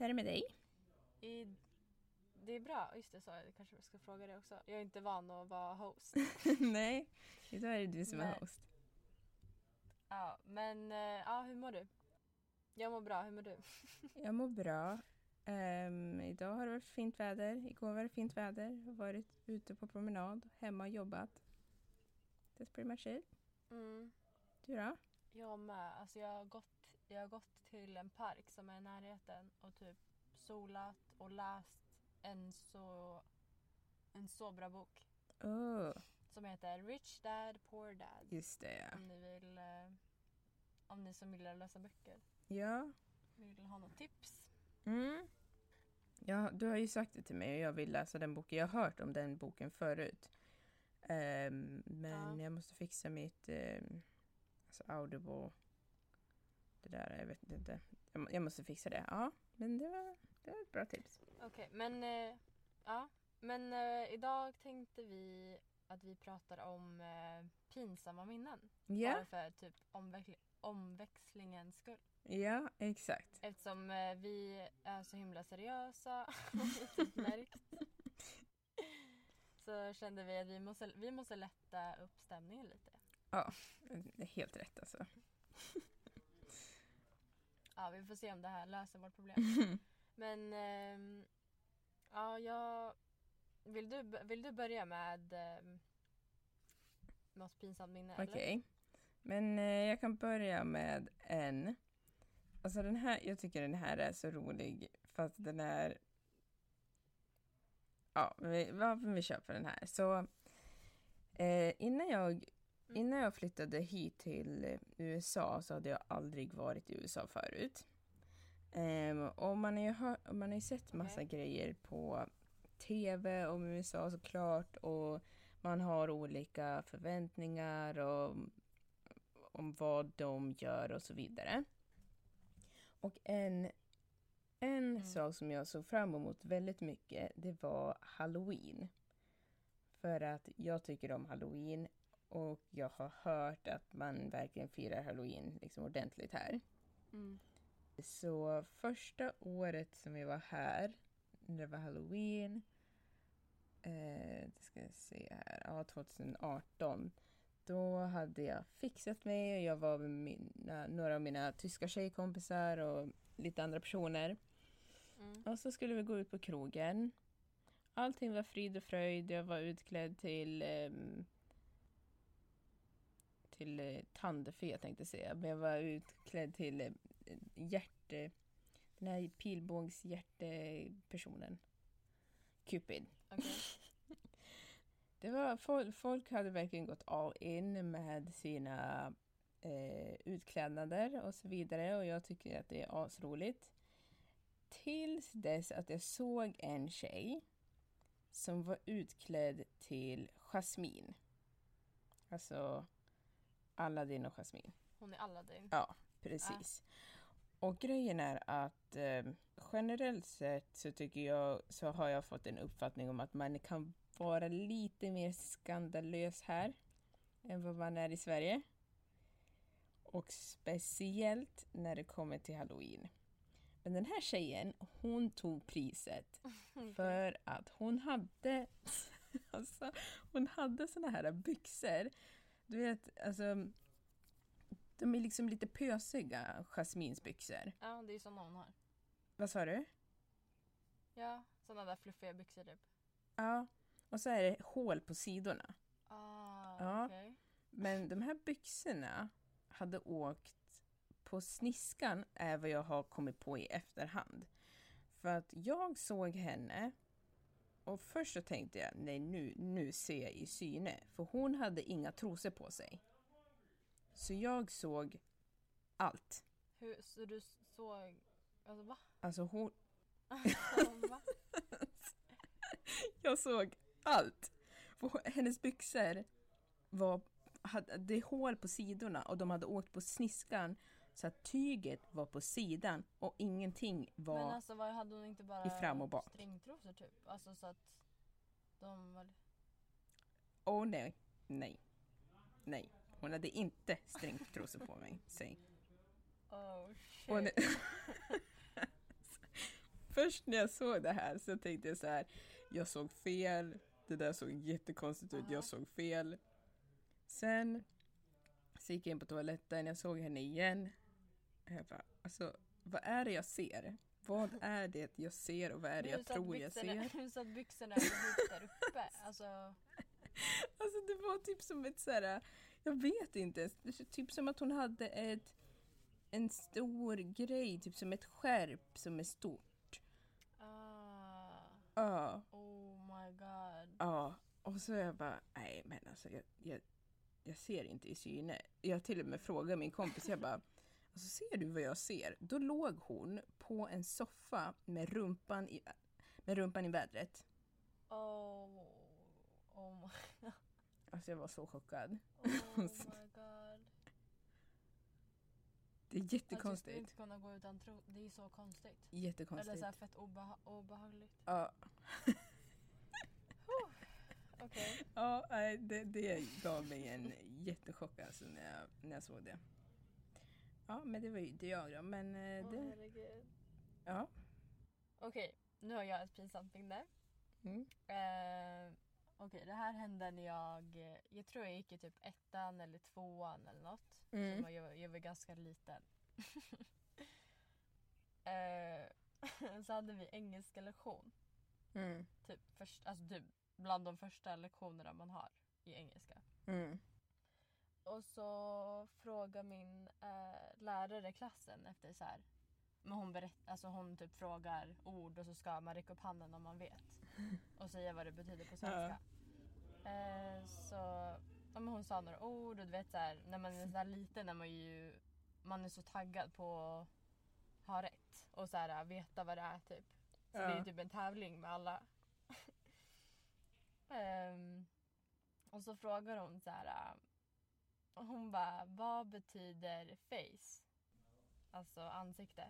Hur är det med dig? Det är bra. Just det, så jag kanske ska fråga det också. Jag är inte van att vara host. Nej, idag är det du som är host. Ja, men hur mår du? Jag mår bra, hur mår du? Jag mår bra. Idag har det varit fint väder. Igår var det fint väder. Jag har varit ute på promenad, hemma och jobbat. That's pretty much it. Du då? Jag med. Alltså jag har gått till en park som är i närheten och typ solat och läst en så bra bok. Som heter Rich Dad, Poor Dad. Just det, ja. Om ni som gillar att läsa böcker. Ja. Vill ha något tips? Ja, du har ju sagt det till mig och jag vill läsa den boken. Jag har hört om den boken förut. Men jag måste fixa mitt Audible. Det där, jag vet inte. Jag måste fixa det. Ja, men det var ett bra tips. Okej, men idag tänkte vi att vi pratar om pinsamma minnen. Ja. Bara för typ omväxlingens skull. Ja, exakt. Eftersom vi är så himla seriösa och typ märkt. Så kände vi att vi måste lätta upp stämningen lite. Ja, det är helt rätt alltså. Ja, vi får se om det här löser vårt problem. Men vill du börja med något pinsamt minne? Okej. Men jag kan börja med en. Alltså den här, jag tycker den här är så rolig. Fast den är... Ja, vi kör på den här. Så innan jag flyttade hit till USA så hade jag aldrig varit i USA förut. Och man har ju sett massa grejer på tv om USA såklart. Och man har olika förväntningar om vad de gör och så vidare. Och en sak som jag såg fram emot väldigt mycket, det var Halloween. För att jag tycker om Halloween och jag har hört att man verkligen firar Halloween liksom ordentligt här. Så första året som vi var här, när det var Halloween, det ska jag se här, 2018. Då hade jag fixat mig och jag var med några av mina tyska tjejkompisar och lite andra personer. Och så skulle vi gå ut på krogen. Allting var frid och fröjd. Jag var utklädd till tandfe tänkte jag säga. Men jag var utklädd till den här pilbågshjärtepersonen. Cupid. Okay. Det var folk hade verkligen gått all in med sina utklädnader och så vidare. Och jag tycker att det är asroligt. Tills dess att jag såg en tjej som var utklädd till Jasmine. Alltså Aladdin och Jasmine. Hon är Aladdin. Ja, precis. Och grejen är att generellt sett så har jag fått en uppfattning om att man kan vara lite mer skandalös här än vad man är i Sverige. Och speciellt när det kommer till Halloween. Men den här tjejen, hon tog priset för att hon hade såna här byxor. Du vet, alltså de är liksom lite pösiga, Jasmins byxor. Ja, det är såna hon har. Vad sa du? Ja, såna där fluffiga byxor typ. Ja, och så är det hål på sidorna. Ja. Okej. Men de här byxorna hade åkt på sniskan, är vad jag har kommit på i efterhand. För att jag såg henne och först så tänkte jag, nej nu ser jag i syne. För hon hade inga trosor på sig. Så jag såg allt. Så du såg... Alltså va? Alltså hon... Va? Jag såg allt. För hennes byxor hade hål på sidorna och de hade åkt på sniskan så att tyget var på sidan och ingenting var. Men alltså hade hon inte bara i fram och bak. Stringtrosor typ? Alltså så att de var... Nej. Hon hade inte stringtrosor på mig. Säg. Oh shit. först när jag såg det här så tänkte jag så här, jag såg fel, det där såg jättekonstigt ut, jag såg fel. Sen så gick jag in på toaletten, jag såg henne igen. Jag bara, alltså, vad är det jag ser? Vad är det jag ser och vad är det jag tror jag ser? Hur satt byxorna ihop där uppe? Alltså det var typ som ett såhär, jag vet inte, typ som att hon hade en stor grej, typ som ett skärp som är stort. Oh my god. Ja, och så jag bara, nej men alltså jag ser inte i syne. Jag till och med frågade min kompis, jag bara, alltså ser du vad jag ser? Då låg hon på en soffa med rumpan i vädret. Oh my god. Alltså jag var så chockad. Oh my god. Det är jättekonstigt. Jag skulle inte kunna gå utan tro. Det är så konstigt. Jättekonstigt. Eller så här fett obehagligt. Ja. Okej. Ja, det gav mig en jättechock alltså när jag såg det. Ja, men det var ju inte jag då. Men Herregud. Ja. Okej, nu har jag ett pinsamt minne. Okej, det här hände när jag tror jag gick i typ 1:an eller 2:an eller något. Så jag var ganska liten. Så hade vi engelska lektion. Typ bland de första lektionerna man har i engelska. Och så frågar min lärare klassen efter så här. Men hon typ frågar ord och så ska man räcka upp handen om man vet. Och säga vad det betyder på svenska. Så men hon sa några ord och du vet så här, när man är så där liten när man är så taggad på att ha rätt och så här veta vad det är typ. Så det är typ en tävling med alla. Och så frågar hon så här, hon bara, vad betyder face? Alltså ansikte.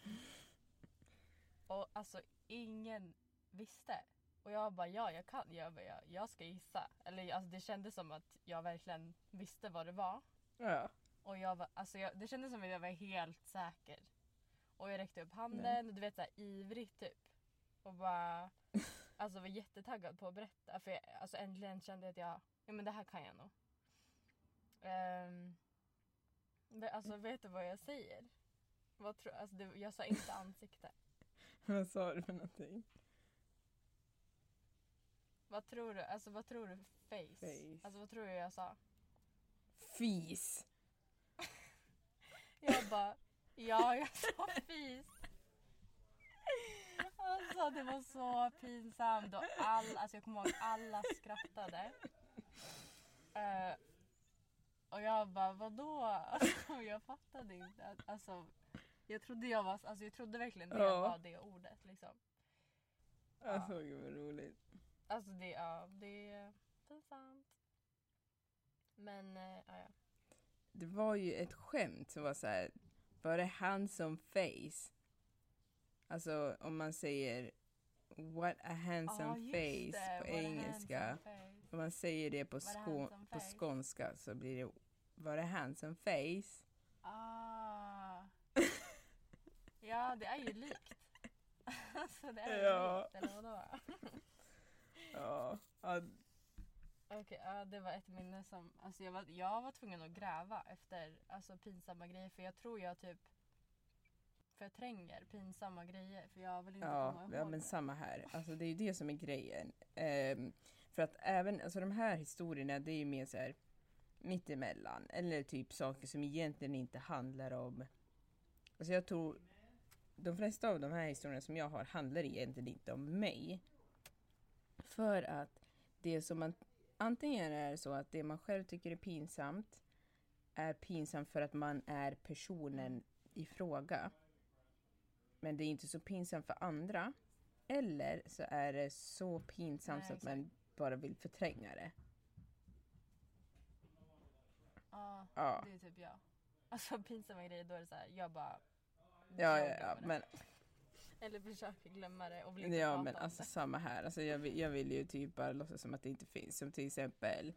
Och alltså ingen visste. Och jag bara, jag kan. Jag ska gissa. Eller alltså, det kändes som att jag verkligen visste vad det var. Ja. Och jag var, alltså det kändes som att jag var helt säker. Och jag räckte upp handen och du vet så här ivrigt typ. Och bara alltså var jättetaggad på att berätta. För alltså äntligen kände jag att men det här kan jag nog. Alltså vet du vad jag säger? Jag sa inte ansikte. Vad sa du för någonting? Vad tror du? Alltså vad tror du? Face. Alltså vad tror du jag sa? Fis. Jag bara, jag sa fis. Alltså det var så pinsamt och alltså jag kommer ihåg alla skrattade. Och jag bara, vadå? Alltså, jag fattade inte. Alltså jag trodde verkligen det var det ordet liksom. Alltså gud vad roligt. Alltså det är pinsamt. Men ja. Det var ju ett skämt som var så här, var det handsome face? Alltså om man säger what a handsome face på engelska. Om man säger det på skånska så blir det var det handsome face? Ja, det är ju likt. Alltså det är ju likt, eller vadå? Ja. Okej, det var ett minne som alltså jag var tvungen att gräva efter alltså pinsamma grejer för jag tror jag typ förtränger pinsamma grejer för jag vill inte komma ihåg. Ja, men samma här. Alltså det är ju det som är grejen. För att även alltså de här historierna det är ju mer så här mittemellan eller typ saker som egentligen inte handlar om. Alltså jag tror de flesta av de här historierna som jag har handlar egentligen inte om mig. För att det som man antingen är så att det man själv tycker är pinsamt för att man är personen i fråga. Men det är inte så pinsamt för andra. Eller så är det så pinsamt så att man bara vill förtränga det. Ja, det är typ jag. Alltså pinsamma grejer då är det så här, jag bara Ja, men eller försöker glömma det och bli ja, men alltså samma här. Alltså jag vill ju typ bara låtsas som att det inte finns. Som till exempel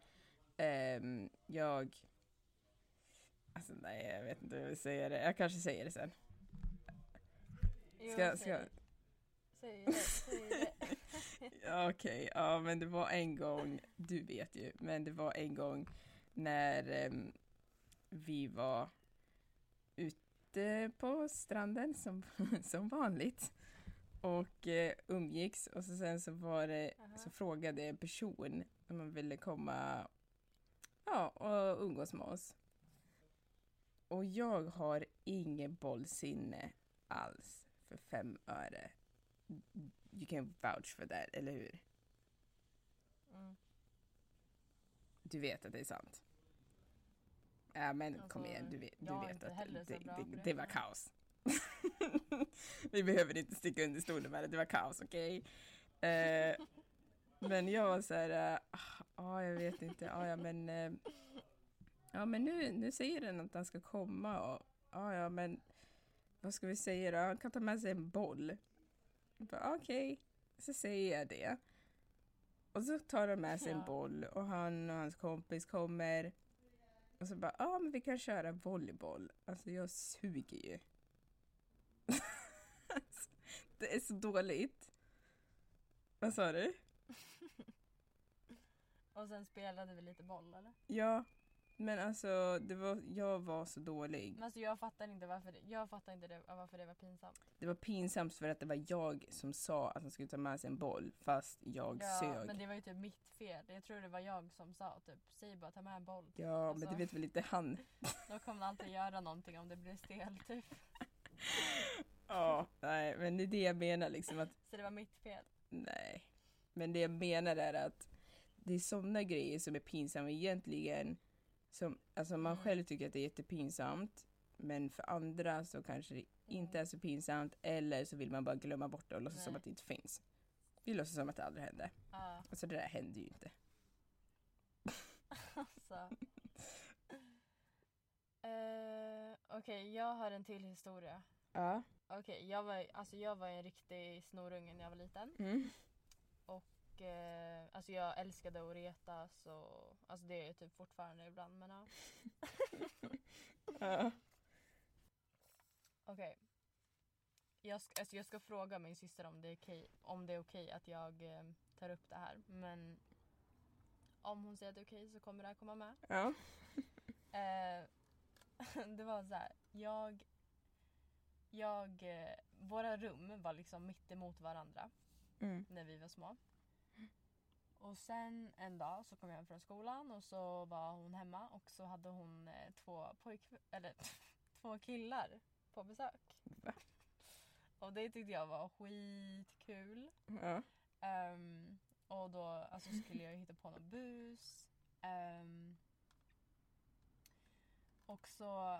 alltså nej, jag vet inte hur jag vill säga det. Jag kanske säger det sen. Säg det. Ja, okej. Ja, men det var en gång, du vet ju, men det var en gång när vi var ute på stranden som vanligt och umgicks, och sen så var det, så frågade en person om man ville komma och umgås med oss. Och jag har ingen bollsinne alls för 5 öre. You can vouch for that, eller hur? Mm. Du vet att det är sant. Ja, men Alltså, kom igen, du vet inte att heller så bra på det var kaos. Vi behöver inte sticka under stolen med det var kaos, okej? Men jag var så här, jag vet inte, men nu säger den att han ska komma, och men vad ska vi säga då? Han kan ta med sig en boll. Okej, så säger jag det. Och så tar de med sig en boll, och han och hans kompis kommer. Och så bara, men vi kan köra volleyboll. Alltså jag suger ju. Det är så dåligt. Vad sa du? Och sen spelade vi lite boll, eller? Ja, men alltså jag var så dålig. Men alltså jag fattar inte varför det var pinsamt. Det var pinsamt för att det var jag som sa att han skulle ta med sig en boll, fast jag sög. Men det var ju typ mitt fel. Jag tror det var jag som sa typ, säg bara ta med en boll. Ja, alltså, men det vet väl inte han. Då kommer han alltid göra någonting om det blir stel typ. Nej, men det är det jag menar liksom att... Så det var mitt fel? Nej, men det jag menar är att det är sådana grejer som är pinsamma egentligen. Som, alltså man själv tycker att det är jättepinsamt, men för andra så kanske det inte är så pinsamt, eller så vill man bara glömma bort det och låtsas som att det inte finns. Vi låtsas som att det aldrig hände. Alltså det där hände ju inte. Alltså. Okej, jag har en till historia. Ja. Okej, jag var en riktig snorunge när jag var liten. Och alltså jag älskade att retas, och alltså det är typ fortfarande ibland, men ja. Okej. Jag ska fråga min syster om det är okej att jag tar upp det här, men om hon säger att det är okej så kommer det här komma med. Ja. Det var så här, våra rum var liksom mitt emot varandra när vi var små. Och sen en dag så kom jag hem från skolan, och så var hon hemma, och så hade hon två killar på besök. Va? Och det tyckte jag var skitkul. Ja. Och då alltså, skulle jag hitta på någon bus. Och så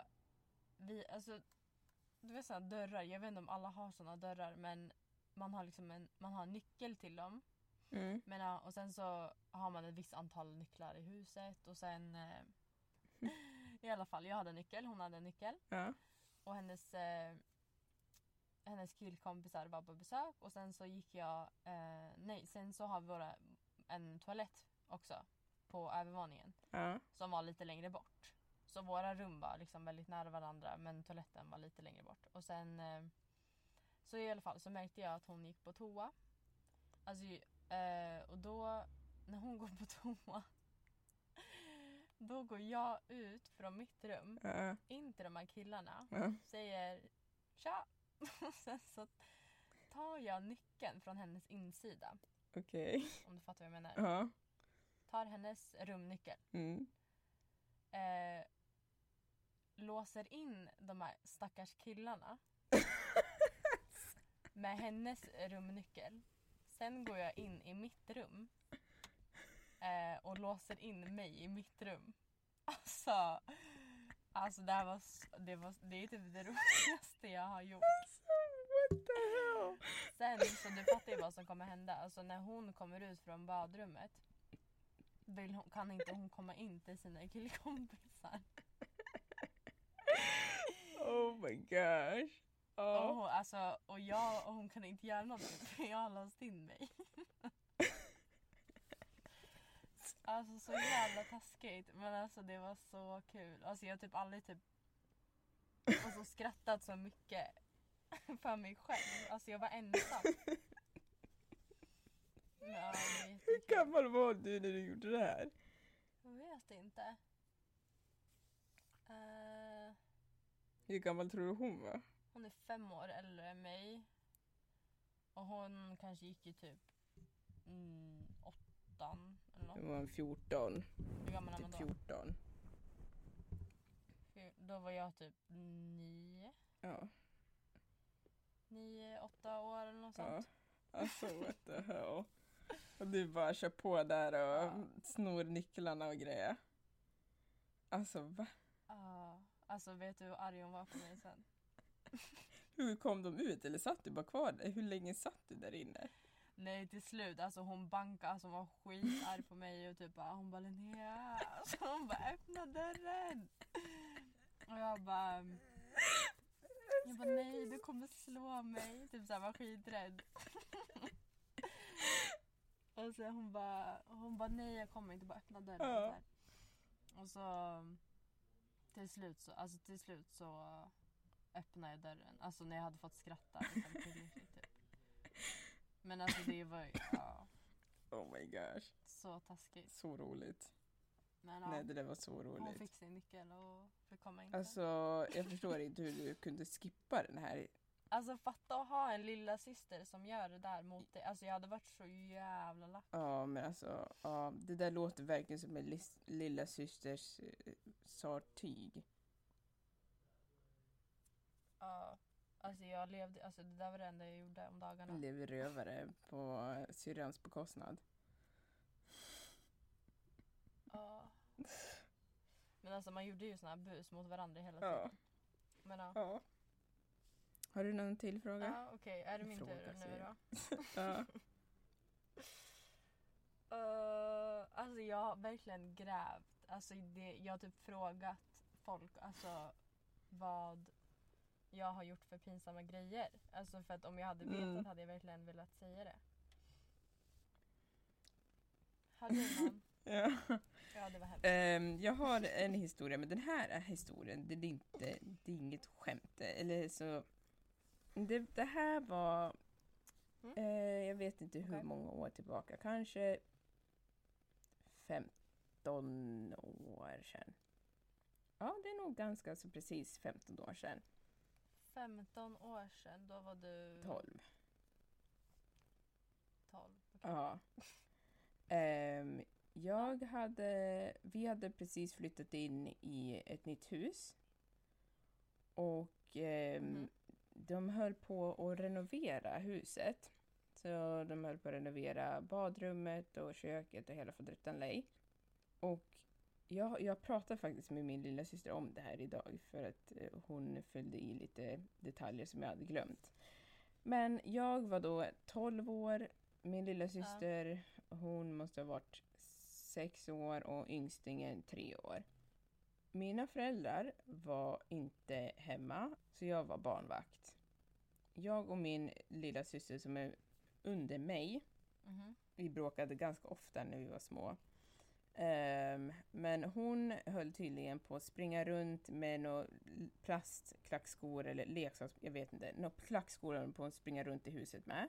du vet sådana dörrar, jag vet inte om alla har sådana dörrar, men man har liksom man har en nyckel till dem. Men, och sen så har man ett visst antal nycklar i huset, och sen i alla fall, jag hade en nyckel, hon hade en nyckel. Ja. Och hennes killkompisar var på besök, och sen så gick jag sen så har vi en toalett också på övervåningen som var lite längre bort. Så våra rum var liksom väldigt nära varandra, men toaletten var lite längre bort. Och sen så i alla fall så märkte jag att hon gick på toa. Alltså, och då när hon går på toa, då går jag ut från mitt rum in till de här killarna, säger tja, och sen så tar jag nyckeln från hennes insida. Okej. Om du fattar vad jag menar. Ja. Tar hennes rumnyckel. Låser in de här stackars killarna med hennes rumnyckel. Sen går jag in i mitt rum och låser in mig i mitt rum. Alltså det är typ det roligaste jag har gjort. What the hell? Sen så du fattar ju vad som kommer hända. Alltså när hon kommer ut från badrummet kan inte hon komma in till sina killkompisar. Oh my gosh. Och hon kan inte göra någonting för jag har låst in mig. Alltså så jävla taskigt, men alltså det var så kul. Alltså jag har typ aldrig skrattat så mycket för mig själv. Alltså jag var ensam. gammal var du när du gjorde det här? Jag vet inte. Hur gammal tror du hon var? Hon är 5 år äldre än mig. Och hon kanske gick i typ 8 eller något. Hon var 14. Hur gammal är man Typ då? 14. Då var jag typ 9. Ja. 9-8 år eller något Ja. sånt. Alltså what the hell. Och du bara kör på där och snor nycklarna och grejer. Alltså va? Ja. Alltså vet du hur arg hon var på mig sen? Hur kom de ut? Eller satt du bara kvar där? Hur länge satt du där inne? Nej, till slut. Alltså hon bankade. Alltså hon var skitarg på mig. Och typ bara, hon bara Linnea. Alltså hon bara öppna dörren. Och jag bara nej, du kommer slå mig. Typ såhär, var skiträdd. Och så hon bara nej, jag kommer inte, bara öppna dörren. Ja. Så här. Och så till slut så öppnade jag dörren. Alltså när jag hade fått skratta liksom, tillräckligt typ. Men alltså det var ju Oh my gosh. så taskigt. Så roligt. Men Nej, det där var så hon roligt. fick sin nyckel och fick komma in. Alltså, jag förstår inte hur du kunde skippa den här. Alltså fatta att ha en lilla syster som gör det där mot dig. Alltså jag hade varit så jävla lack. Ja, men alltså, ja, det där låter verkligen som en lilla systers sartyg. Ja. Alltså jag levde, alltså det där var det enda jag gjorde om dagarna. Lever rövare på syrrans bekostnad. Ja. Men alltså man gjorde ju såna här bus mot varandra hela tiden. Ja. Men ja. Ja. Har du någon till fråga? Ja, okej. Är det min Fråga, tur nu säger då? Ja. Alltså jag har verkligen grävt. Alltså jag har typ frågat folk alltså vad jag har gjort för pinsamma grejer. Alltså för att om jag hade vetat hade jag verkligen velat säga det. Har du någon? Ja. Ja, det var hemskt. Jag har en historia, men den här historien, det är inget skämt. Eller så, det här var, jag vet inte hur Okej. många år tillbaka, kanske 15 år sedan. Ja, det är nog ganska så precis 15 år sedan. 15 år sedan, då var du 12. 12. Okay. Ja. Vi hade precis flyttat in i ett nytt hus. Och de höll på att renovera huset. Så de höll på att renovera badrummet och köket och hela faderuttan lej. Och jag pratade faktiskt med min lilla syster om det här idag. För att hon fyllde i lite detaljer som jag hade glömt. Men jag var då 12 år. Min lilla syster, hon måste ha varit 6 år och yngstingen 3 år. Mina föräldrar var inte hemma, så jag var barnvakt. Jag och min lilla syster som är under mig, vi bråkade ganska ofta när vi var små. Men hon höll tydligen på att springa runt med några plastklackskor eller leksaks, jag vet inte, några klackskor på att springa runt i huset med.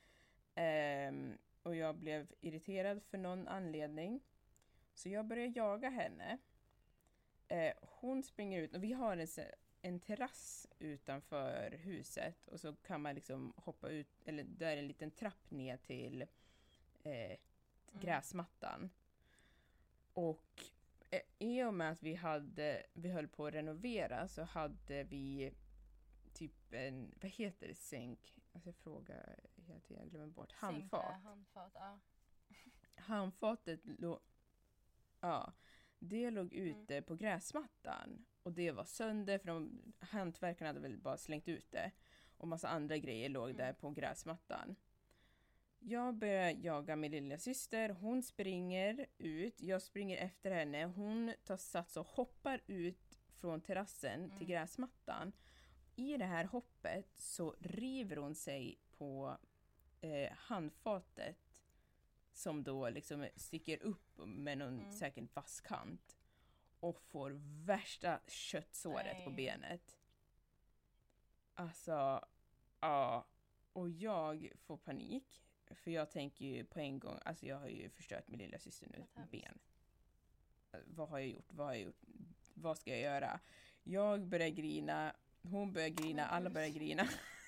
Och jag blev irriterad för någon anledning. Så jag började jaga henne. Hon springer ut och vi har en terrass utanför huset. Och så kan man liksom hoppa ut, eller där är en liten trapp ner till gräsmattan. Och i och med att vi höll på att renovera så hade vi typ en, vad heter det, sänk? Alltså jag frågar hela tiden, jag glömmer bort. Handfat. Handfat, ja. Handfatet det låg ute på gräsmattan. Och det var sönder för hantverkarna hade väl bara slängt ut det. Och massa andra grejer låg där på gräsmattan. Jag börjar jaga min lilla syster. Hon springer ut. Jag springer efter henne. Hon tar sats och hoppar ut från terrassen till gräsmattan. I det här hoppet så river hon sig på handfatet som då liksom sticker upp med någon säkert vass kant och får värsta köttsåret på benet. Alltså, ja. Och jag får panik för jag tänker ju på en gång, alltså jag har ju förstört min lilla syster nu ben. Vad har jag gjort? Vad ska jag göra? Jag börjar grina, hon börjar grina, alla börjar grina.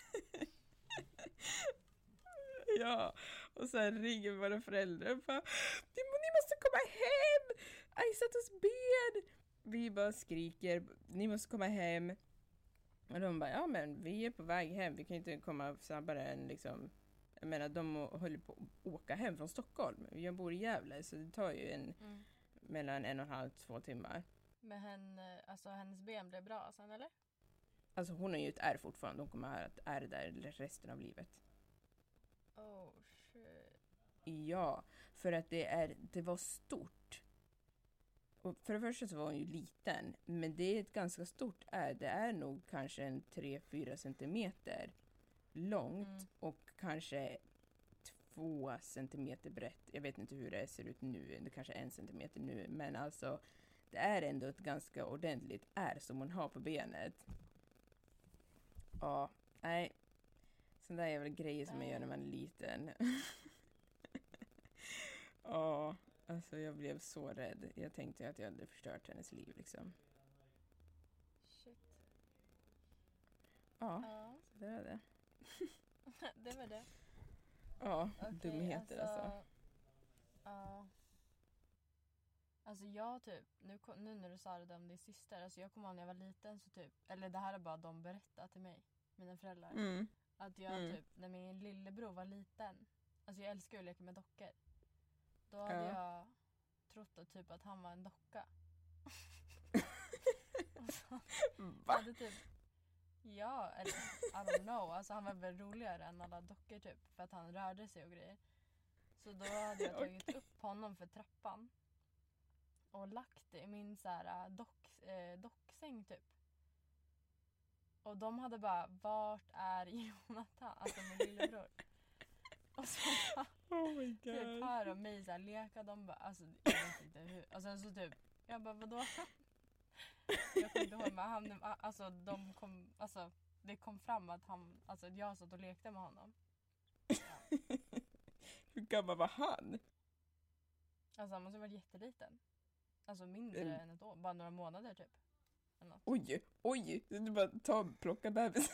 Ja, och sen ringer våra föräldrar och bara, ni måste komma hem! Aisatos ben! Vi bara skriker, ni måste komma hem. Och de bara, ja men vi är på väg hem, vi kan inte komma snabbare än liksom, jag menar de håller på att åka hem från Stockholm. Jag bor i Gävle så det tar ju mellan 1,5-2 timmar. Men alltså hennes ben blev bra sen eller? Alltså hon har ju ett ärr fortfarande, hon kommer att ärr där resten av livet. Oh shit. Ja, för att det var stort. Och för det första så var hon ju liten, men det är ett ganska stort ärr. Det är nog kanske 3-4 centimeter långt och kanske 2 centimeter brett. Jag vet inte hur det ser ut nu, det kanske är 1 centimeter nu, men alltså det är ändå ett ganska ordentligt ärr som hon har på benet. Ja, nej. Sådana där jävla grejer som man gör när man är liten. Ja, alltså jag blev så rädd. Jag tänkte att jag hade förstört hennes liv liksom. Shit. Ja, så det var det. Det var det. Ja, okay, dumheter alltså. Ja. Alltså jag typ, nu när du sa det om din syster, alltså jag kommer ihåg när jag var liten så typ, eller det här är bara de berättat till mig, mina föräldrar. Att jag typ, när min lillebror var liten, alltså jag älskar ju att leka med dockor. Då hade jag trott att typ att han var en docka. Va? Hade typ, ja, eller I don't know, alltså han var väl roligare än alla dockor typ, för att han rörde sig och grejer. Så då hade jag tagit upp honom för trappan och lagt det i min så här docksäng typ. Och de hade bara, vart är Jonathan? Alltså min lillebror. Och så bara, oh my God. Typ hör de mig så här leka, de bara, alltså jag vet inte hur. Och sen så typ, jag bara, vadå? Jag kommer inte ihåg, men han, alltså det kom fram att jag satt och lekte med honom. Ja. Hur gammal var han? Alltså han måste ha varit jätteliten. Alltså mindre än ett år, bara några månader typ. Oj, du bara plocka bebisen.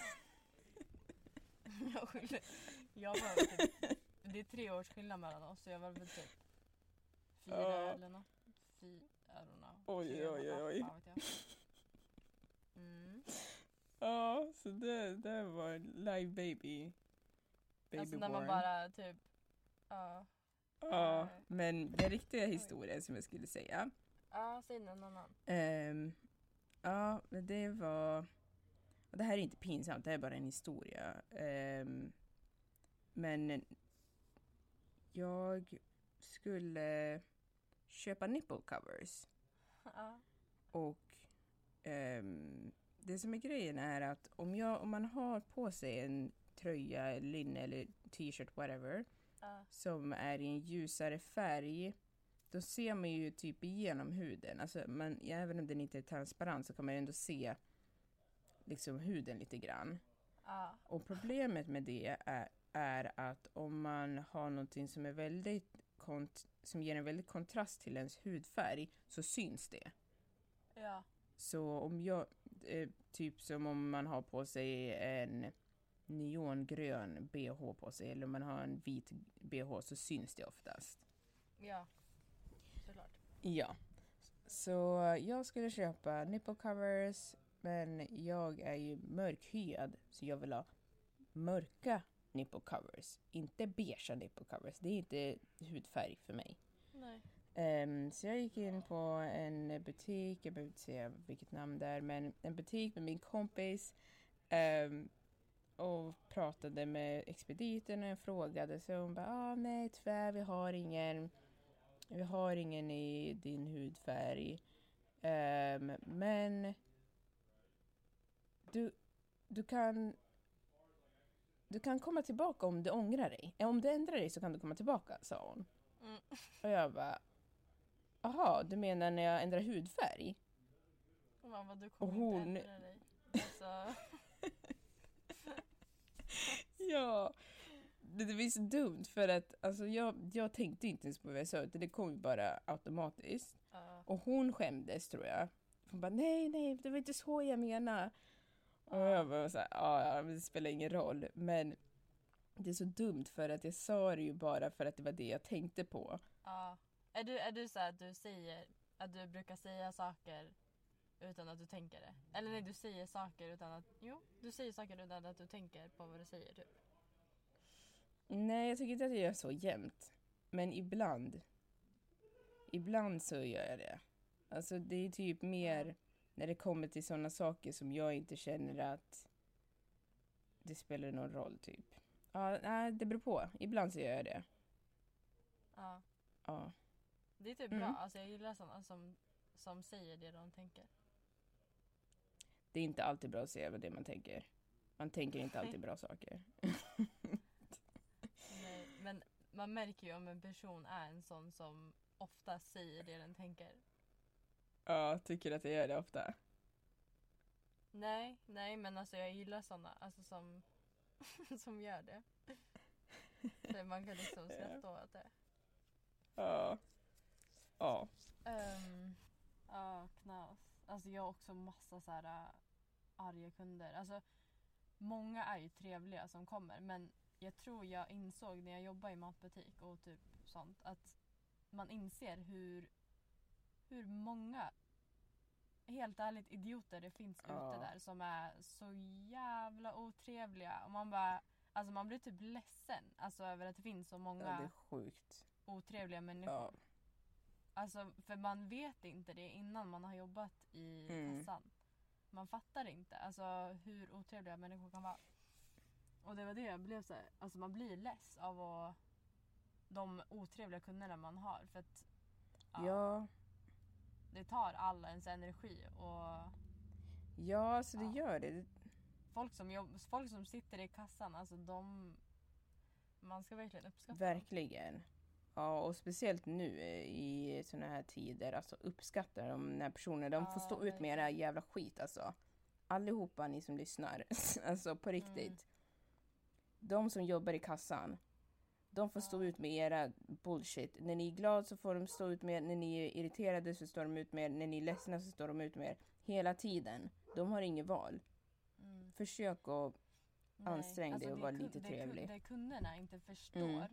Jag var typ, det är 3 års skillnad mellan oss, så jag var väl typ 4 eller något. I don't know. Oj. Ja, så det var live baby alltså när man bara typ, ja, men den riktiga historien som jag skulle säga. Ja, säg någon annan. Ja, men det var, och det här är inte pinsamt, det är bara en historia. Men jag skulle köpa nipple covers. Och det som är grejen är att om man har på sig en tröja, linne eller t-shirt, whatever, som är i en ljusare färg, då ser man ju typ igenom huden. Alltså även om den inte är transparent så kan man ju ändå se liksom huden lite grann. Och problemet med det är att om man har någonting som är väldigt som ger en väldigt kontrast till ens hudfärg, så syns det. Ja. Så om jag typ som om man har på sig en neongrön BH på sig, eller om man har en vit BH, så syns det oftast. Ja, såklart. Ja. Så jag skulle köpa nipple covers, men jag är ju mörkhyad, så jag vill ha mörka nipple covers. Inte beige nipple covers. Det är inte hudfärg för mig. Nej. Så jag gick in på en butik, jag behöver inte säga vilket namn det är, men en butik med min kompis, och pratade med expediten och jag frågade, så hon bara, nej tyvärr, vi har ingen i din hudfärg, men du kan komma tillbaka om du ångrar dig. Om du ändrar dig så kan du komma tillbaka, sa hon. Och jag bara, aha, du menar när jag ändrar hudfärg? Vad du kommer inte ändra dig. Alltså. Ja, det blir så dumt för att alltså, jag tänkte inte ens på vad jag sa, utan det kom ju bara automatiskt. Och hon skämdes, tror jag. Hon bara, nej, det var inte så jag menar. Och jag bara så här, ja, det spelar ingen roll. Men det är så dumt för att jag sa det ju bara för att det var det jag tänkte på. Ja. Är du så här att du brukar säga saker utan att du tänker det? Eller nej, du säger saker utan att... Jo, du säger saker utan att du tänker på vad du säger, typ. Nej, jag tycker inte att jag gör så jämt. Men ibland så gör jag det. Alltså det är typ mer när det kommer till sådana saker som jag inte känner att det spelar någon roll, typ. Ja, nej, det beror på. Ibland så gör jag det. Ja. Ja. Det är typ bra. Alltså jag gillar sådana som säger det de tänker. Det är inte alltid bra att säga det man tänker. Man tänker inte alltid bra saker. Nej, men man märker ju om en person är en sån som ofta säger det den tänker. Ja, tycker att jag gör det ofta. Nej, men alltså jag gillar såna alltså som gör det. Så man kan liksom skratta åt det. Ja. Ja. Ja, knas. Alltså jag har också massa så här arga kunder. Alltså många är ju trevliga som kommer, men jag tror jag insåg när jag jobbade i matbutik och typ sånt att man inser hur många helt ärligt idioter det finns ute där som är så jävla otrevliga. Och man bara, alltså man blir typ ledsen alltså över att det finns så många det är sjukt otrevliga människor. Ja. Alltså för man vet inte det innan man har jobbat i kassan. Man fattar inte alltså hur otrevliga människor kan vara. Och det var det jag blev så här, alltså man blir less av de otrevliga kunderna man har för att ja. Det tar all ens energi och ja, så det gör det. Folk som sitter i kassan, alltså man ska verkligen uppskatta. Verkligen. Ja, och speciellt nu i såna här tider, alltså uppskattar de när personer, de får stå ut med era jävla skit alltså. Allihopa ni som lyssnar, alltså på riktigt. De som jobbar i kassan, de får stå ut med era bullshit. När ni är glada så får de stå ut med, när ni är irriterade så står de ut med, när ni är ledsna så står de ut med hela tiden. De har inget val. Försök att anstränga dig och vara lite trevlig. Det kunderna inte förstår.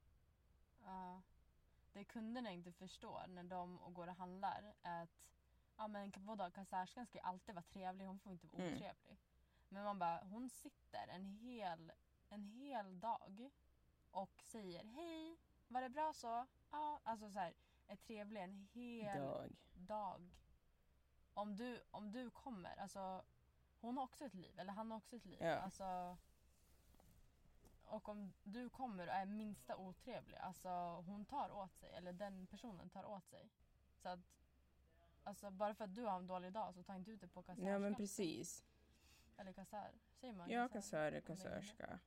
Det kunderna inte förstår när de går och handlar är att men vadå, kassörskan ska ju alltid vara trevlig, hon får inte vara otrevlig. Men man bara, hon sitter en hel dag och säger hej, var det bra så? Ja, alltså så här, är trevlig en hel dag. Om du kommer, alltså hon har också ett liv, eller han har också ett liv. Ja. Alltså, och om du kommer och är minsta otrevlig, alltså hon tar åt sig, eller den personen tar åt sig. Så att, alltså bara för att du har en dålig dag så ta inte ut det på kassörska. Ja men precis. Eller kassör, säger man? Ja, kassör, kassörska.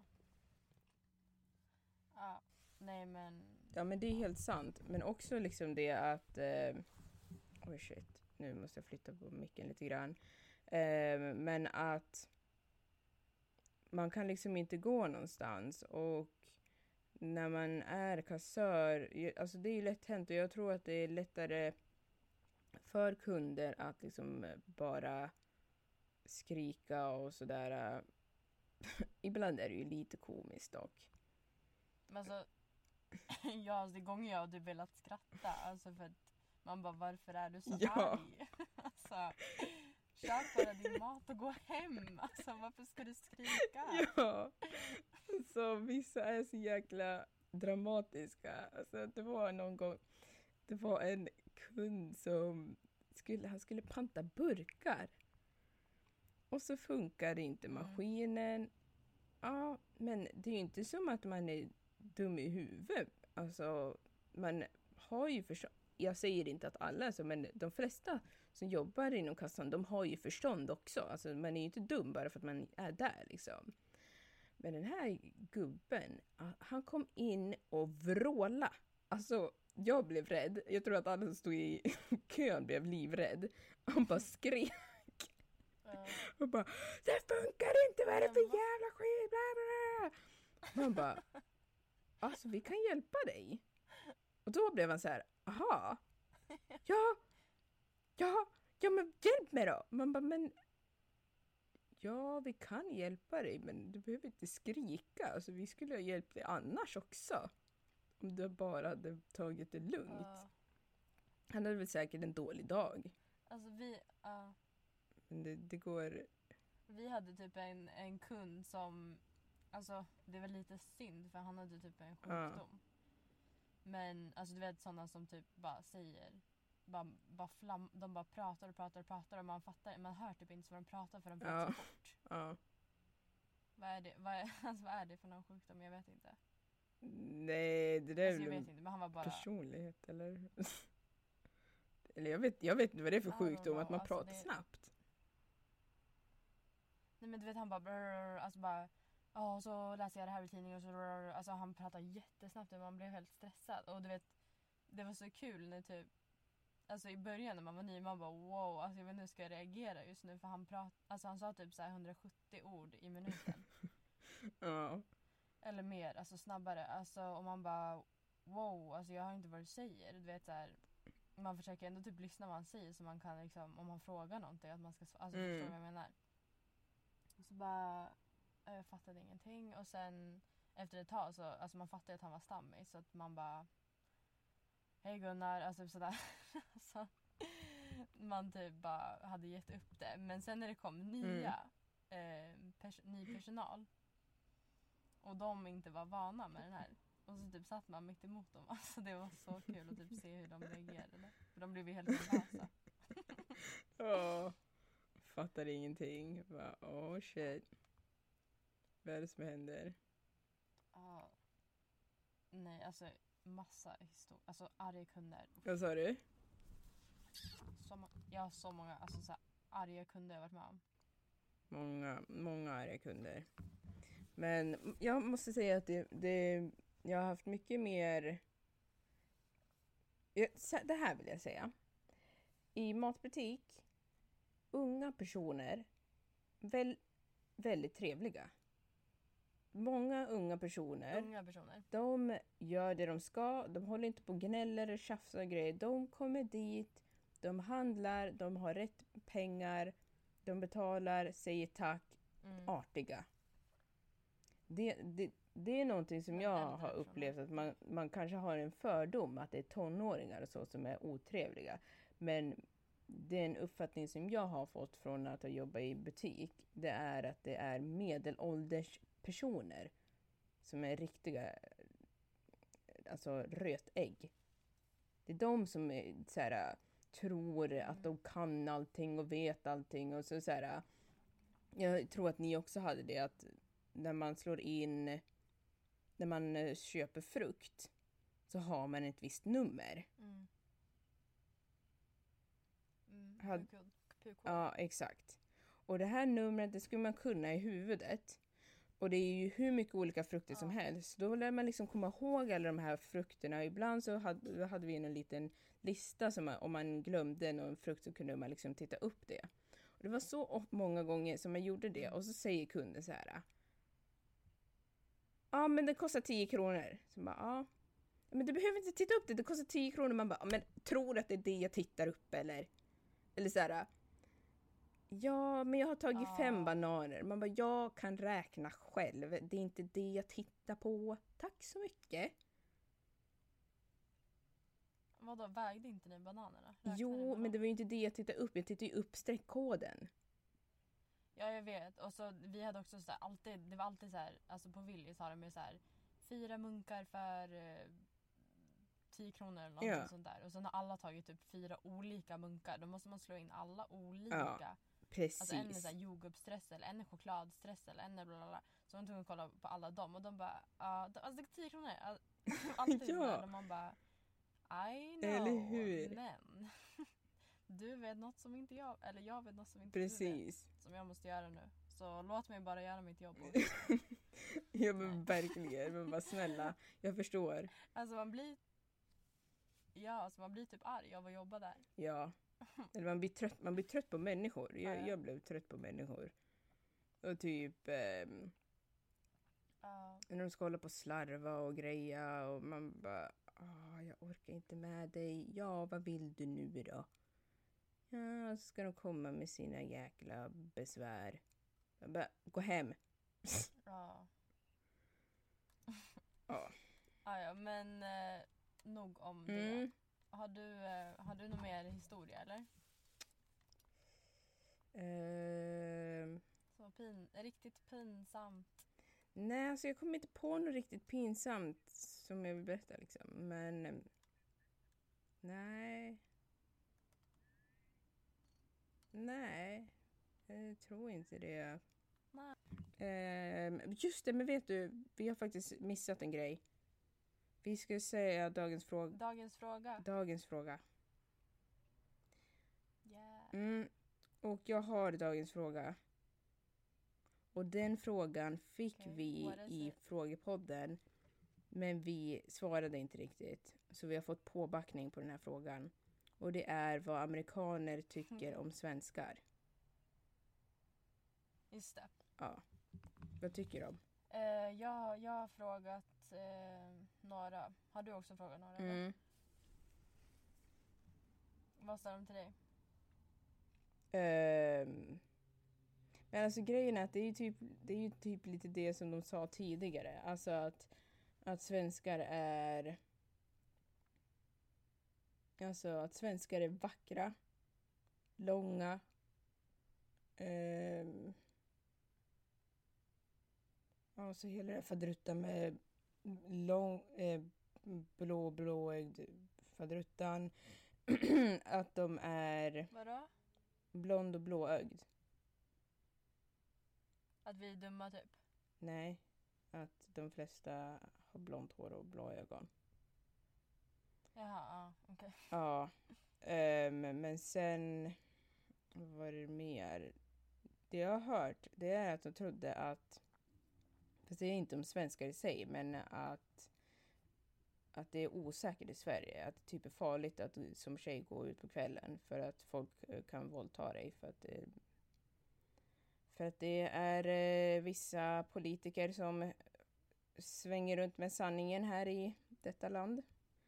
Ja, nej men... Ja men det är helt sant. Men också liksom det att... oh shit, nu måste jag flytta på micken lite grann. Men att man kan liksom inte gå någonstans. Och när man är kassör, alltså det är ju lätt hänt. Och jag tror att det är lättare för kunder att liksom bara skrika och sådär. Ibland är det ju lite komiskt dock. Men alltså, ja, det gånger jag hade velat skratta. Alltså för att man bara, varför är du så arg? Alltså, köp bara din mat och gå hem. Alltså, varför ska du skrika? Ja, så vissa är så jäkla dramatiska. Alltså, det var någon gång, det var en kund som han skulle panta burkar. Och så funkar inte maskinen. Ja, men det är ju inte som att man är dum i huvudet. Alltså, man har ju förstånd. Jag säger inte att alla är så, men de flesta som jobbar inom kassan, de har ju förstånd också. Alltså, man är ju inte dum bara för att man är där liksom. Men den här gubben, han kom in och vråla. Alltså, jag blev rädd. Jag tror att alla som stod i kön blev livrädd. Han bara skrek. Och bara, det funkar inte, vad är det för jävla skit? Bla, bla, bla. Man bara, alltså vi kan hjälpa dig. Och då blev man så här, aha, ja men hjälp mig då. Man bara, men ja, vi kan hjälpa dig, men du behöver inte skrika. Alltså, vi skulle ha hjälpt dig annars också. Om du bara hade tagit det lugnt. Han hade väl säkert en dålig dag. Alltså Men det går... Vi hade typ en kund som, alltså det var lite synd för han hade typ en sjukdom. Men alltså du vet sådana som typ bara säger, de bara pratar och man fattar, man hör typ inte vad de pratar för de pratar så fort. Ja. Vad är det för någon sjukdom? Jag vet inte. Nej, det där är jag vet inte, men han var bara... personlighet eller... eller jag vet inte vad det är för sjukdom, att man alltså, pratar snabbt. Nej men du vet han bara alltså bara så läser jag det här i tidningen och så alltså han pratar jättesnabbt och man blev helt stressad och du vet det var så kul när typ alltså i början när man var ny man bara wow alltså jag vet inte hur ska jag reagera just nu för han sa typ så här 170 ord i minuten. Ja. Eller mer alltså snabbare alltså och man bara wow alltså jag har inte vad du säger du vet så här man försöker ändå typ lyssna vad han säger så man kan liksom om han frågar någonting att man ska alltså förstå vad jag menar. Så bara, jag fattade ingenting och sen efter ett tag så, alltså man fattade att han var stammig så att man bara hej Gunnar, alltså typ sådär. Alltså, man typ bara hade gett upp det. Men sen när det kom ny personal och de inte var vana med den här och så typ satt man mitt emot dem. Alltså det var så kul att typ se hur de reagerade. För de blev ju helt nervösa. Fattar ingenting. Bara, shit. Vad är det som händer? Nej, alltså massa historier. Alltså arga kunder. Vad sa du? Jag har så många alltså, så här, arga kunder jag varit med om. Många arga kunder. Men jag måste säga att jag har haft mycket mer... Det här vill jag säga. I matbutik, unga personer, väldigt trevliga. Många unga personer. De gör det de ska. De håller inte på och gnäller och tjafsar och grejer. De kommer dit, de handlar, de har rätt pengar, de betalar, säger tack, artiga. Det är någonting som jag har upplevt att man kanske har en fördom att det är tonåringar och så som är otrevliga. Men den uppfattning som jag har fått från att jobba i butik, det är att det är medelålders personer som är riktiga, alltså rötägg. Det är de som är, så här, tror att de kan allting och vet allting och så här. Jag tror att ni också hade det att när man slår in, när man köper frukt så har man ett visst nummer. Ja, exakt. Och det här numret, det skulle man kunna i huvudet. Och det är ju hur mycket olika frukter som helst. Då lär man liksom komma ihåg alla de här frukterna. Ibland så hade vi en liten lista som om man glömde någon frukt så kunde man liksom titta upp det. Och det var så många gånger som man gjorde det. Och så säger kunden så här: ja, men det kostar 10 kronor. Så bara, ja. Men du behöver inte titta upp det, det kostar 10 kronor. Man bara, men tror att det är det jag tittar upp eller så här. Ja, men jag har tagit 5 bananer. Man bara, jag kan räkna själv. Det är inte det jag tittar på. Tack så mycket. Vadå, vägde inte ni bananerna? Jo, men det var ju inte det jag tittade upp. Jag tittade ju upp streckkoden. Ja, jag vet. Och så vi hade också så här, det var alltid så här, alltså på Willys har de ju så här 4 munkar för 10 kronor eller något sånt där. Och sen har alla tagit typ 4 olika munkar. Då måste man slå in alla olika. Ja, precis. Alltså en är så här jordgubbsstress eller en är chokladstress eller en är blablabla. Så de tog och kollade på alla dem och de bara, alltså det är 10 kronor. Alltid där och man bara, I know. Eller hur? Men du vet något som inte jag, eller jag vet något som inte precis. Du vet. Som jag måste göra nu. Så låt mig bara göra mitt jobb. Ja, men verkligen. Men bara snälla, jag förstår. Alltså man blir typ arg av att jobba där. Ja. Eller man blir trött på människor. Jag blev trött på människor. Och typ Ja. När de ska hålla på och slarva och greja och man bara, jag orkar inte med dig. Ja, vad vill du nu då? Ja, så ska de komma med sina jäkla besvär. Jag bara, gå hem. Ja. Ja. Ja, men nog om det. Har du någon mer historia eller? Så riktigt pinsamt. Nej, alltså jag kommer inte på något riktigt pinsamt som jag vill berätta liksom. Men nej. Nej, jag tror inte det. Nej. Just det, men vet du, vi har faktiskt missat en grej. Vi ska säga dagens fråga. Dagens fråga. Yeah. Och jag har dagens fråga. Och den frågan fick vi i frågepodden. Men vi svarade inte riktigt. Så vi har fått påbackning på den här frågan. Och det är vad amerikaner tycker om svenskar. Just det. Ja. Vad tycker de? Jag har frågat några. Har du också frågat några? Eller? Vad sa de till dig? Men alltså grejen är att det är ju typ lite det som de sa tidigare. Alltså att svenskar är... Alltså att svenskar är vackra. Långa. Och så hela det här fadruttan med blåögd fadruttan. Att de är... Vadå? Blond och blåögd. Att vi är dumma typ? Nej, att de flesta har blont hår och blå ögon. Jaha, okej. Ja, men sen... Vad var det mer? Det jag har hört, det är att de trodde att... Fast det är inte om svenskar i sig, men att det är osäkert i Sverige. Att det typ är farligt att som tjej gå ut på kvällen för att folk kan våldta dig. För att det är vissa politiker som svänger runt med sanningen här i detta land.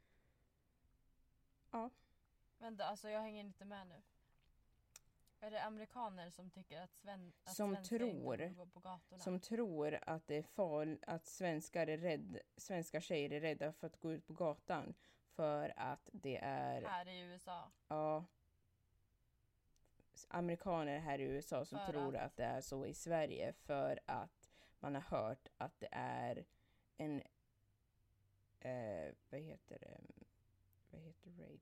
Ja. Vänta, alltså jag hänger inte med nu. Är det amerikaner som tycker att svenskar inte borde gå på gatorna? Som tror att det är farligt att svenska tjejer är rädda för att gå ut på gatan för att det är... Här i USA? Ja. Amerikaner här i USA som tror att det är så i Sverige för att man har hört att det är en... vad heter rape?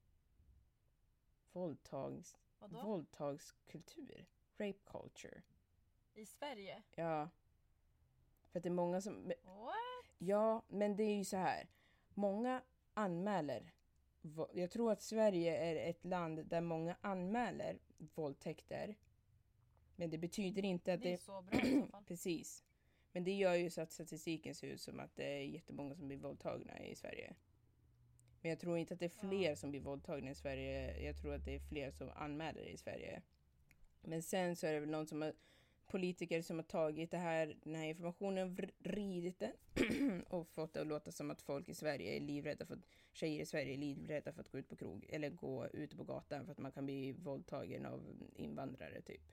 Våldtagskultur. Rape culture. I Sverige? Ja. För att det är många som... What? Ja, men det är ju så här. Många anmäler. Jag tror att Sverige är ett land där många anmäler våldtäkter. Men det betyder inte att det är så bra i så fall. Precis. Men det gör ju så att statistiken ser ut som att det är jättemånga som blir våldtagna i Sverige. Men jag tror inte att det är fler som blir våldtagna i Sverige. Jag tror att det är fler som anmäler i Sverige. Men sen så är det väl någon som har... Politiker som har tagit den här informationen, vridit den och fått det att låta som att folk i Sverige är livrädda för att... Tjejer i Sverige är livrädda för att gå ut på krog eller gå ut på gatan för att man kan bli våldtagen av invandrare typ.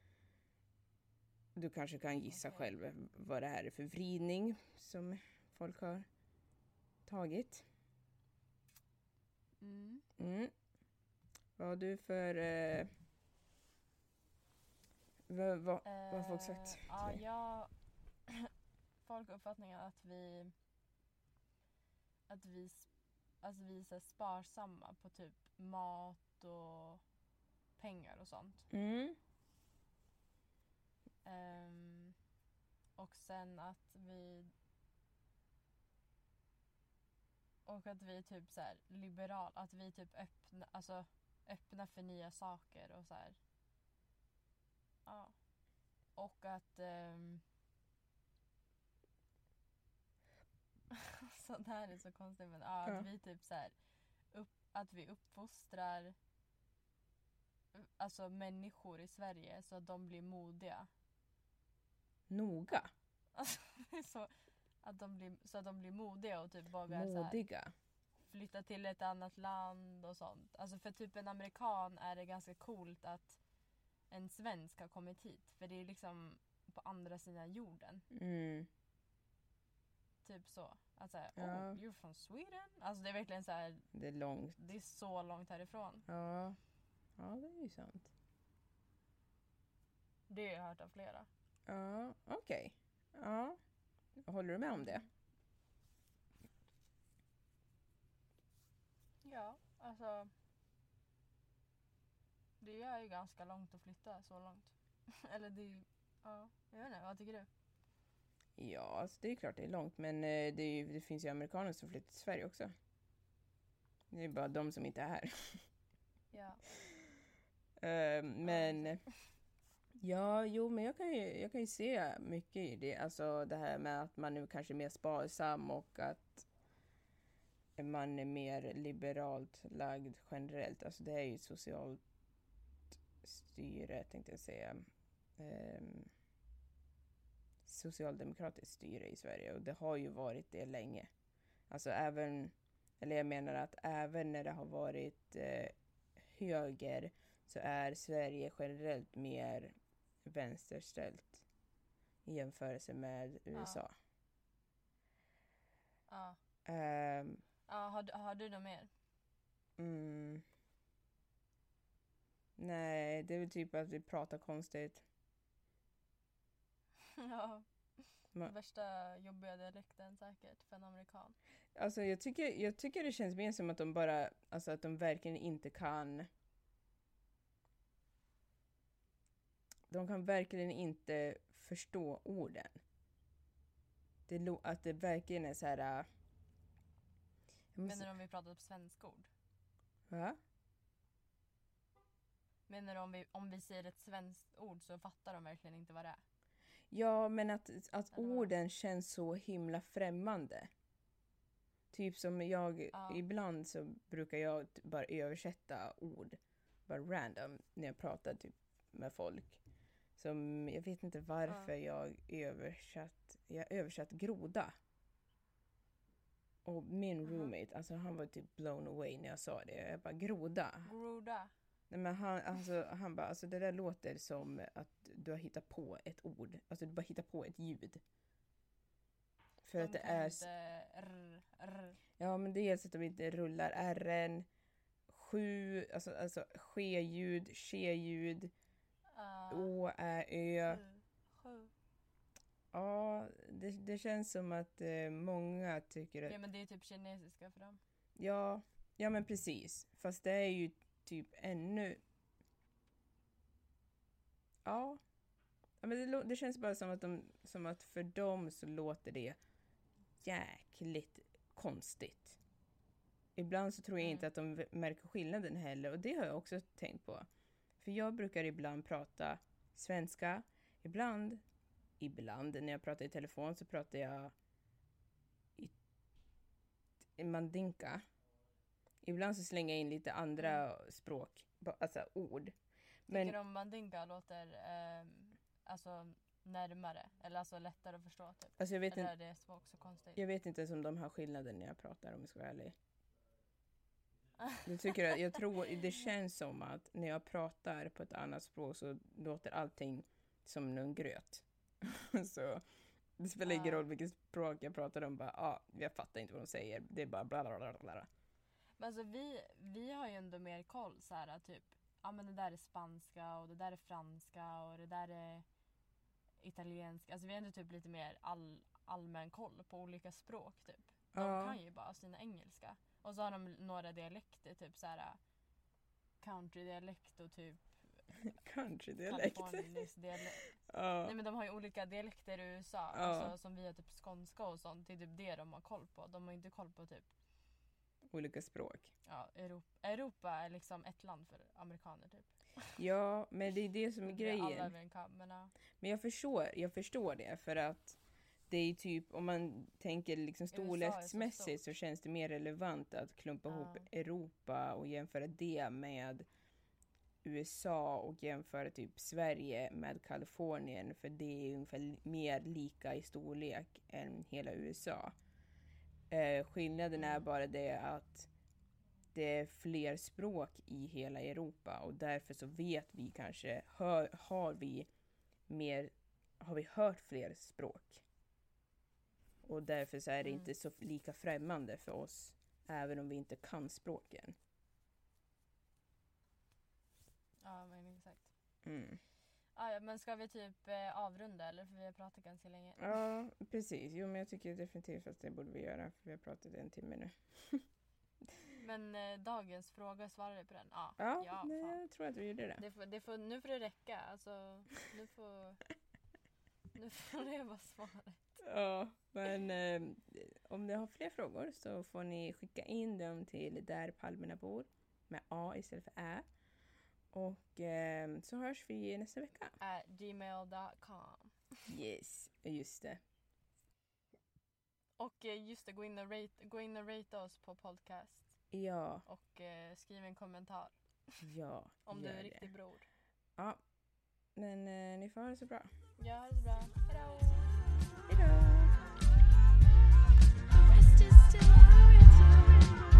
Du kanske kan gissa själv vad det här är för vridning som folk har tagit. Vad har du för... Vad har folk sagt? Folk har uppfattningen att vi är så sparsamma på typ mat och pengar och sånt. Och sen att vi är typ så här liberal, att vi är typ öppna för nya saker och så här. Ja. Och att så det här är så konstigt, men att vi typ så här att vi uppfostrar alltså människor i Sverige så att de blir modiga. Noga? Alltså, så att de blir modiga och typ vågar så här, Modiga? flytta till ett annat land och sånt. Alltså för typ en amerikan är det ganska coolt att en svensk har kommit hit. För det är liksom på andra sidan jorden. Mm. Typ så. Alltså, Ja. oh, you're from Sweden? Alltså det är verkligen så här. Det är långt. Det är så långt härifrån. Ja. Ja, det är ju sant. Det har jag hört av flera. Ja, okej. Ja. Håller du med om det? Ja, alltså. Det är ju ganska långt att flytta så långt. Eller det är ju, ja, jag vet inte, vad tycker du? Ja, alltså det är klart det är långt. Men det finns ju amerikaner som flyttar till Sverige också. Det är bara de som inte är här. Ja. Men ja, jo, men jag kan ju se mycket i det. Alltså det här med att man nu kanske är mer sparsam och att man är mer liberalt lagd generellt. Alltså det är ju ett socialt styre, tänkte jag säga. Socialdemokratiskt styre i Sverige, och det har ju varit det länge. Alltså jag menar att även när det har varit höger så är Sverige generellt mer vänsterställt i jämförelse med USA. Ja. Ehm, Har du något mer? Nej, det är väl typ att vi pratar konstigt. Ja. Värsta jobbiga dialekten säkert för en amerikan. Alltså jag tycker det känns mer som att de bara, alltså att de verkligen inte kan. De kan verkligen inte förstå orden. Att det verkligen är så här. Menar du om vi pratar på svenska ord? Va? Menar du om vi säger ett svenskt ord så fattar de verkligen inte vad det är? Ja, men att orden känns så himla främmande. Typ som ibland så brukar jag bara översätta ord. Bara random när jag pratar typ med folk. Som, jag vet inte varför jag översatt groda. Och min roommate, alltså han var typ blown away när jag sa det. Jag bara, groda. Nej, men han bara, alltså det där låter som att du har hittat på ett ord. Alltså du bara hittar på ett ljud. För de att det kan är... Inte r. Ja, men dels att de inte rullar r'n. Alltså ske-ljud, tje-ljud. Å, ä, ö. Ja, det känns som att många tycker att... Ja, men det är typ kinesiska för dem. Ja, men precis. Fast det är ju typ ännu... Ja. Men det känns bara som att för dem så låter det jäkligt konstigt. Ibland så tror jag inte att de märker skillnaden heller. Och det har jag också tänkt på. För jag brukar ibland prata svenska. Ibland när jag pratar i telefon så pratar jag i mandinka. Ibland så slänger jag in lite andra språk, alltså ord. Men tycker du om mandinka låter alltså närmare eller alltså lättare att förstå typ? Alltså jag vet eller är det så konstigt? Jag vet inte ens om de har skillnaden när jag pratar, om jag ska vara ärlig. Jag tror det känns som att när jag pratar på ett annat språk så låter allting som någon gröt. Så det spelar ingen roll vilket språk jag pratar om, bara jag fattar inte vad de säger. Det är bara bla bla bla bla. Men alltså vi har ju ändå mer koll så här typ, ja men det där är spanska och det där är franska och det där är italienska. Alltså vi har ändå typ lite mer allmän koll på olika språk typ. De kan ju bara sina engelska. Och så har de några dialekter typ så här country-dialekt och typ country-dialekt. Nej, men de har ju olika dialekter i USA. Alltså, som vi har typ skånska och sånt. Det är typ det de har koll på. De har inte koll på typ olika språk. Ja, Europa är liksom ett land för amerikaner typ. Ja, men det är det som är grejen. Alla över en kam, men jag förstår det, för att det är typ, om man tänker liksom storleksmässigt så känns det mer relevant att klumpa ihop Europa och jämföra det med USA och jämföra typ Sverige med Kalifornien, för det är ungefär mer lika i storlek än hela USA. Skillnaden är bara det att det är fler språk i hela Europa, och därför så vet vi kanske, har vi hört fler språk. Och därför så är det inte så lika främmande för oss, även om vi inte kan språken. Ja, men exakt. Ja, men ska vi typ avrunda, eller? För vi har pratat ganska länge. Ja, precis. Jo, men jag tycker definitivt att det borde vi göra, för vi har pratat 1 timme nu. Men dagens fråga, svarar du på den? Ja, jag tror att vi gjorde det. Nu får det räcka. Alltså, nu får det vara svaret. Ja, men om ni har fler frågor så får ni skicka in dem till där palmerna bor med A istället för Ä. Och så hörs vi nästa vecka. @gmail.com. Yes, just det. Och just det, gå in och rate oss på podcast. Ja. Och skriv en kommentar. Ja, om du är riktigt bror. Ja, men ni får ha det så bra. Ja, ha det så bra. Hejdå! Hejdå! Rest is still our return.